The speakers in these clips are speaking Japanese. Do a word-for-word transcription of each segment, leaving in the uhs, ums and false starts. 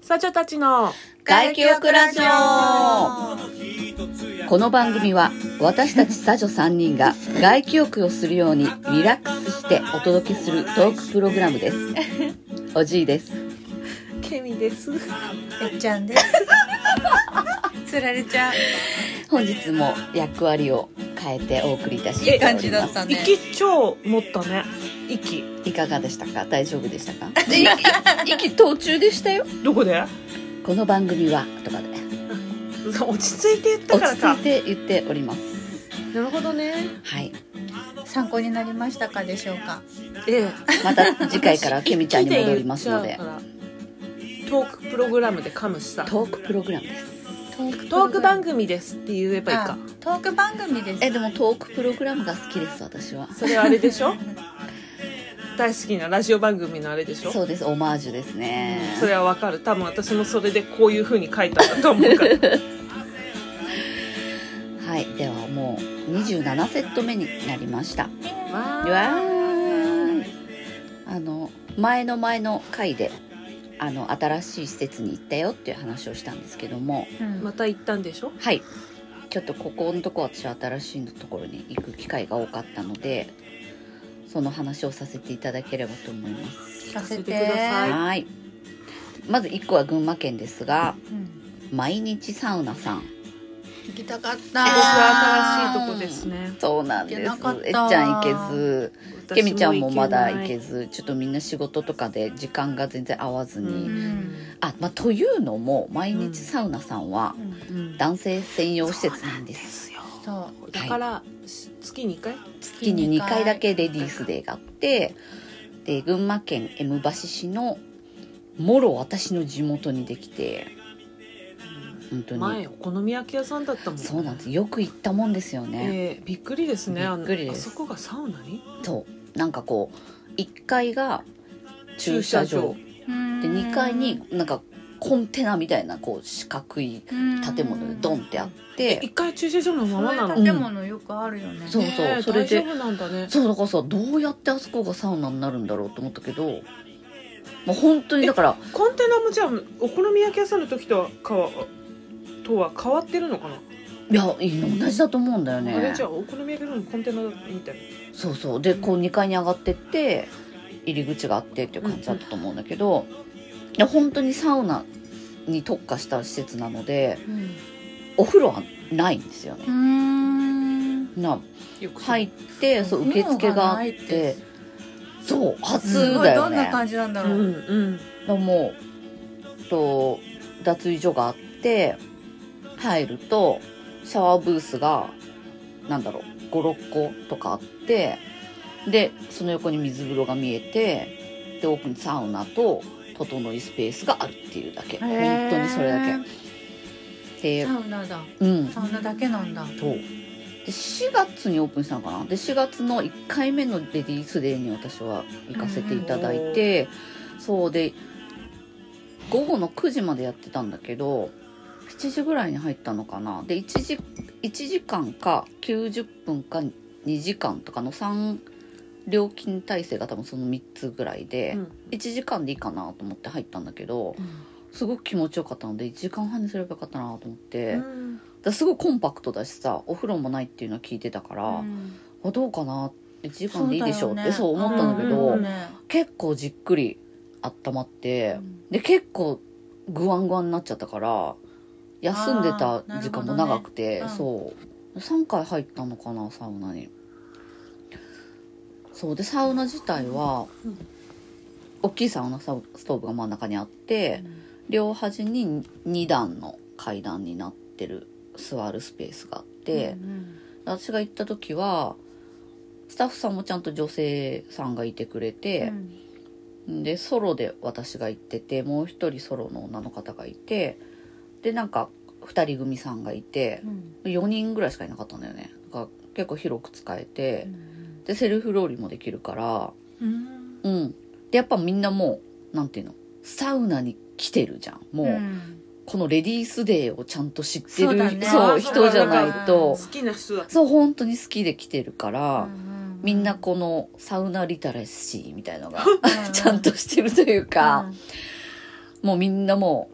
サチョたちの外気浴ラジオ。この番組は私たちサジョさんにんが外気浴をするようにリラックスしてお届けするトークプログラムです。おじいです。 ケミです。 えっちゃんです。つられちゃう。 本日も役割を変えてお送りいたします。 いい感じだったね。 息超持ったね。息いかがでしたか？大丈夫でしたか？息, 息途中でしたよ。 どこで？ この番組はとかで落ち着いて言ったからか。 落ち着いて言っております。 なるほどね。 はい。 参考になりましたかでしょうか？ ええ。 また次回からケミちゃんに戻りますので。 トークプログラムで噛むしさ。 トークプログラムです。 トーク、トーク番組ですって言えばいいか。 トーク番組です。 えでもトークプログラムが好きです私は。 それはあれでしょ？大好きなラジオ番組のあれでしょ？ そうです、オマージュですね。 それはわかる。多分私もそれでこういう風に書いたんだと思うからはい、ではもうにじゅうななセット目になりました。 わーい。あの前の前の回であの新しい施設に行ったよっていう話をしたんですけども、 うん、また行ったんでしょ？ はい、ちょっとここのとこ私は新しいところに行く機会が多かったのでその話をさせていただければと思います。 させてください。 はい。まずいっこは群馬県ですが、 うん、 毎日サウナさん行きたかっ僕た。 は新しいとこですね。 そうなんです。 行けなかった。 えっちゃん行けず、ケミちゃんもまだ行けず。 ず、ちょっとみんな仕事とかで時間が全然合わずに、 うんうんあ、まあ、というのも毎日サウナさんはうん男性専用施設なんです。 そうだから、はい、月にかい月ににかいだけレディースデーがあって、で群馬県 M 橋市のもろ私の地元にできて、本当に前お好み焼き屋さんだったもんね。 そうなんです。よく行ったもんですよね。 えー、びっくりですね。 びっくりです。 あそこがサウナに？ そうなんかこういっかいが駐車場でにかいになんかコンテナみたいなこう四角い建物でドンってあっていっかい駐車場のままなの？ そういう建物よくあるよね。 そうそう、 えー、 それで大丈夫なんだね。 そうだからさ、どうやってあそこがサウナになるんだろうと思ったけど、もう本当にだからコンテナもじゃあお好み焼き屋さんの時とはかわとは変わってるのかな？ いやいいの同じだと思うんだよね。 あれじゃあお好み焼きのコンテナみたいな。 そうそうでこうにかいに上がってって入り口があってっていう感じだったと思うんだけど、うんうん、いや本当にサウナに特化した施設なので、うん、お風呂はないんですよね。 うーんな入ってそう受付があってそう初だよね。 どんな感じなんだろう。うんうん、 でもと脱衣所があって入るとシャワーブースがなんだろうごろっことかあってでその横に水風呂が見えてで奥にサウナと整いスペースがあるっていうだけ。本当にそれだけでサウナだ、 うん、 サウナだけなんだ。 そうでしがつにオープンしたのかな。でしがつのいっかいめのレディースデーに私は行かせていただいて、うん、そうで午後のくじまでやってたんだけどしちじぐらいに入ったのかな。でいちじ、いちじかんかきゅうじゅっぷんかにじかんとかのさん料金体制が多分そのみっつぐらいで、うん、いちじかんでいいかなと思って入ったんだけど、うん、すごく気持ちよかったのでいちじかんはんにすればよかったなと思って、うん、だすごいコンパクトだしさお風呂もないっていうのは聞いてたから、うん、あどうかないちじかんでいいでしょうってそう思ったんだけど、うんね、結構じっくり温まって、うん、で結構グワングワンになっちゃったから休んでた時間も長くて、ねうん、そうさんかい入ったのかなサウナに。そうでサウナ自体は、うん、大きいサウナストーブが真ん中にあって、うん、両端にに段の階段になってる座るスペースがあって、うんうん、私が行った時はスタッフさんもちゃんと女性さんがいてくれて、うん、でソロで私が行っててもう一人ソロの女の方がいてでなんかふたり組さんがいて、うん、よにんぐらいしかいなかったんだよね。だから結構広く使えて、うんでセルフローリーもできるから、うん、うん、でやっぱみんなもうなんていうのサウナに来てるじゃんもう、うん、このレディースデーをちゃんと知ってるそう、ね、そう人じゃないと好きな人だそう本当に好きで来てるから、うん、みんなこのサウナリテラシーみたいのがちゃんとしてるというか、うん、もうみんなもう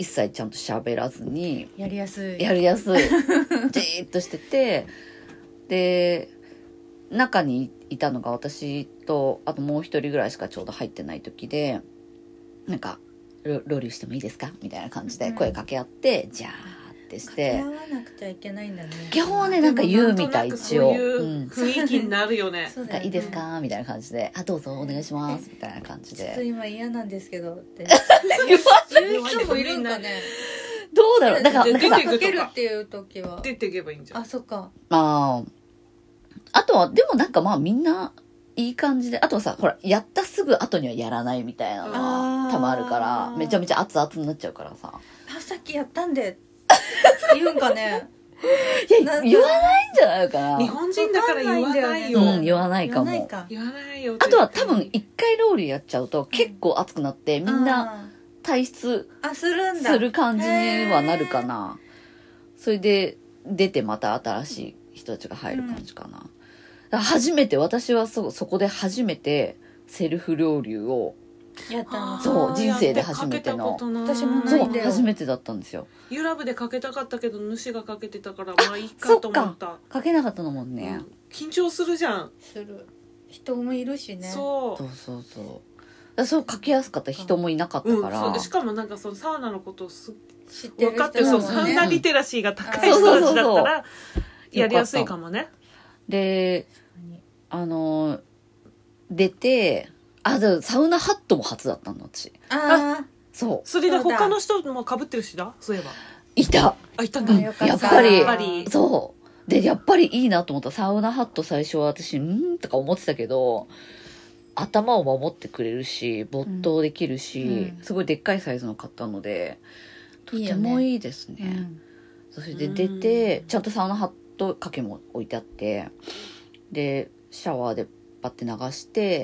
一切ちゃんと喋らずにやりやすい。 やりやすいじーっとしてて、で中にいたのが私とあともう一人ぐらいしかちょうど入ってない時で、なんかロロウリュしてもいいですかみたいな感じで声かけ合って、うん、じゃーってして掛け合わなくちゃいけないんだね。 基本はねなんか言うみたい、一応そういう雰囲気になるよね。 そうだよね。 なんかいいですかみたいな感じで、あどうぞお願いしますみたいな感じで、 ちょっと今嫌なんですけどって言わ言う人もいるんかね。 どうだろう、だからでなんかさ出てかけるっていう時は出ていけばいいんじゃん。 あ、そっか。 ああとはでもなんかまあみんないい感じで、あとはさほらやったすぐ後にはやらないみたいなのは多分あるからめちゃめちゃ熱々になっちゃうからさ、 あ、さっきやったんで言うんかね。 いや言わないんじゃないかな。 日本人だから言わないよ。 うん言わないかも。 言わないか。 言わないよ。 あとは多分一回ロウリュやっちゃうと結構熱くなってみんな退出あするんだする感じにはなるかな。それで出てまた新しい人たちが入る感じかな。だから初めて私は そ, そこで初めてセルフロウリュをやったの。 そう人生で初めての私もなそいんだよ。 う初めてだったんですよ。 ユラブでかけたかったけど主がかけてたからまあいいかと思った。 かけなかったのもんね、 うん、緊張するじゃん。 する。人もいるしね。 そうそうそうそう。だからそうかけやすかった人もいなかったから、 うん、しかもなんかそのサウナのことをす知ってる人分かってる、そうサウナリテラシーが高い人たちだったらやりやすいかもね。 であの出てあでサウナハットも初だったの私。 ああそうそれで他の人も被ってるしだそういえばいた。 あいたんだ、 うん、やっぱりやっぱりそうでやっぱりいいなと思った。サウナハット最初は私んとか思ってたけど頭を守ってくれるし没頭できるし、 うんうん、 すごいでっかいサイズの買ったのでとてもいいですね。いいよね、うん、それで出てちゃんとサウナハット掛けも置いてあってでシャワーでパッて流して、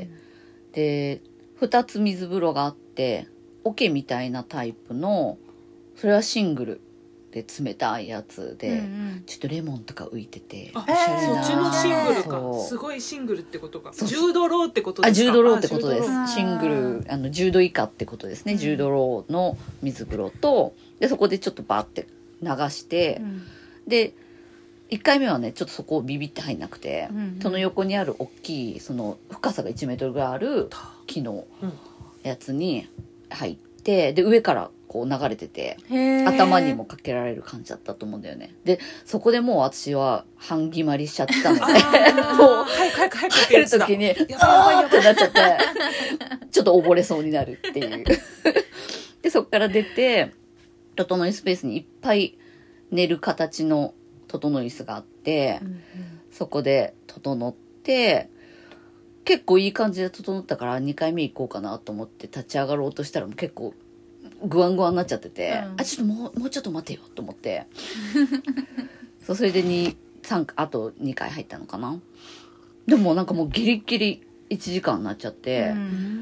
うん、でふたつ水風呂があって桶みたいなタイプのそれはシングルで冷たいやつで、うんうん、ちょっとレモンとか浮いててあ、そっちのシングルか。すごいシングルってことか。じゅうどローってことですか。 あ、じゅうどローってことです。シングルあのじゅうど以下ってことですね、うん、じゅうどローの水風呂とでそこでちょっとバーって流して、うん、でいっかいめはねちょっとそこをビビって入んなくて、うんうん、その横にある大きいその深さがいちメートルぐらいある木のやつに入ってで上からこう流れてて頭にもかけられる感じだったと思うんだよね。でそこでもう私は半決まりしちゃったのでもう早く早く早く入る時にあーってなっちゃってちょっと溺れそうになるっていうでそこから出て整いスペースにいっぱい寝る形の整い椅子があって、うんうん、そこで整って結構いい感じで整ったからにかいめ行こうかなと思って立ち上がろうとしたらもう結構グワングワンになっちゃってて、うん、あちょっともうもうちょっと待てよと思ってそうそれでにさんあとにかい入ったのかな。でもなんかもうギリギリいちじかんになっちゃって、うん、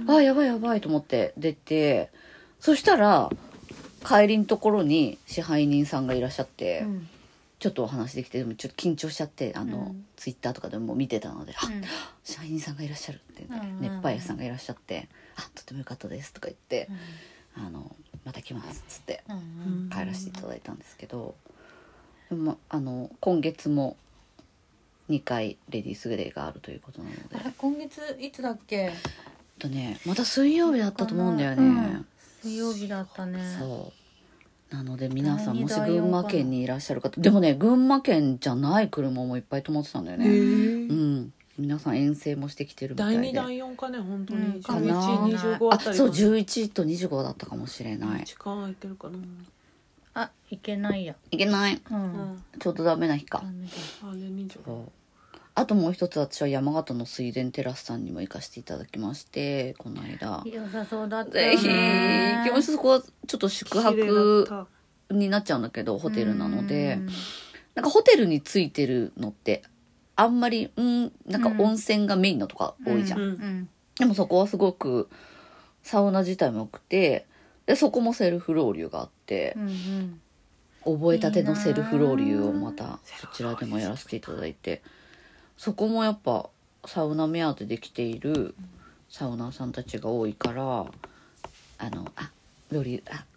あやばいやばいと思って出てそしたら帰りのところに支配人さんがいらっしゃって、うん、ちょっとお話できてでもちょっと緊張しちゃってあの、うん、ツイッターとかでも見てたので、うん、あ支配人さんがいらっしゃるって、ね、熱波屋さんがいらっしゃってあとてもよかったですとか言って、うん、あのまた来ますっつって帰らせていただいたんですけど、でもあの今月もにかいレディースデーがあるということなので。 あれ今月いつだっけ。 とねまた水曜日だったと思うんだよね、うん、 水曜日だったね。 そうなので皆さんもし群馬県にいらっしゃる方でもね群馬県じゃない車もいっぱい止まってたんだよね。うん皆さん遠征もしてきてるみたいでだいにだいよんかね本当に、うん、じゅういち、にじゅうごあたりあそうじゅういちとにじゅうごだったかもしれない。 時間空いてるかなあいけないやいけない、うん、ちょうどダメな日か。 あれにじゅうごあともう一つ私は山形の水田テラスさんにも行かせていただきましてこの間良さそうだったよね。 ぜひ行きました。そこはちょっと宿泊になっちゃうんだけどホテルなのでなんかホテルについてるのってあんまりうんなんか温泉がメインのとか多いじゃん、うんうん、でもそこはすごくサウナ自体も良くてでそこもセルフロウリュがあって、うんうん、覚えたてのセルフロウリュをまたそちらでもやらせていただいてそこもやっぱサウナ目当てで来ているサウナーさんたちが多いからあのあロウリュあ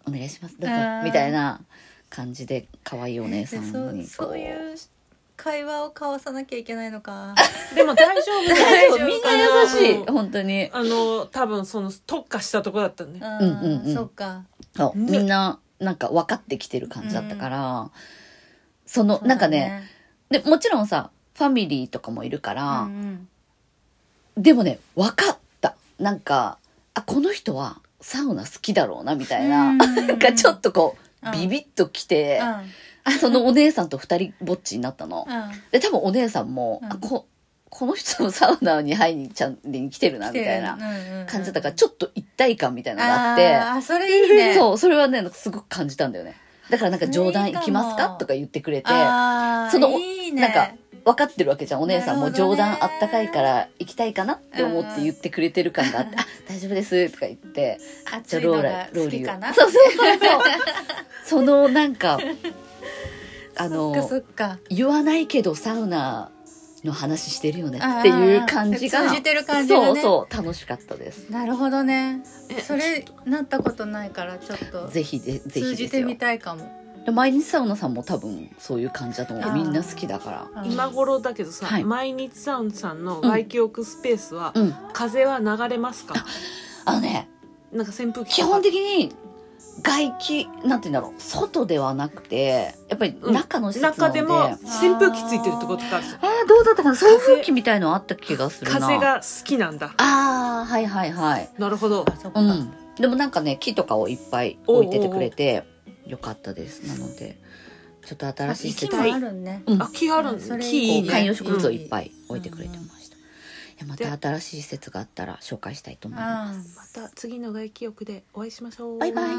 お願いしますどうぞうんみたいな感じで可愛いお姉さんにでそそういう会話を交わさなきゃいけないのか。 でも大丈夫だよ大丈夫みんな優しいあの本当に。 あの多分その特化したとこだったね。 うんうんうんうんそっか。 そうねみんななんか分かってきてる感じだったから、そのそうだなんかねでもちろんさファミリーとかもいるから、 うんでもね分かったなんかあこの人はサウナ好きだろうなみたいな、 うんなんかちょっとこう、 うんビビッときて、 うんそのお姉さんと二人ぼっちになったの、 うんで多分お姉さんも、 うんあここの人もサウナに入りにちゃんに来てるなみたいな感じだったからちょっと一体感みたいなのがあって、 あーそれいいね。 そうそれはねなんかすごく感じたんだよね。だからなんか冗談行きますかそれいいかもとか言ってくれて、 あーそのいいね。 なんか分かってるわけじゃんお姉さんもなるほどね冗談あったかいから行きたいかなって思って言ってくれてる感があって「あ大丈夫です」とか言って「じゃあ熱いのが好きかな。 そうそうそうそうそのなんかあそっかのそっか。 言わないけどサウナの話してるよねっていう感じが通じてる感じがね。 そうそう楽しかったですなるほどね。 えそれなったことないからちょっとぜひでぜひ通ですよじてみたいかも。 で毎日サウナさんも多分そういう感じだと思うあーみんな好きだか今頃だけどさ、 はい毎日サウンさんの外気浴スペースは、 らうん風は流れますか？ あのねなんか扇風機基本とか的に外気なんて言うんだろう外ではなくてやっぱり中の施設なので、 中でも扇風機ついてるところとかあるじゃん。 あーどうだったかな送風機みたいのあった気がするな風が好きなんだ。 ああはいはいはいなるほど。 あそっか。 うんでもなんかね木とかをいっぱい置いててくれてよかったですなのでちょっと新しい施設息もあるね。 うんあ、木があるんそれ木いいね。 観葉植物をうんいっぱい置いてくれてました、いやまた新しい施設があったら紹介したいと思います。 あーまた次の外気浴でお会いしましょう。 バイバイ。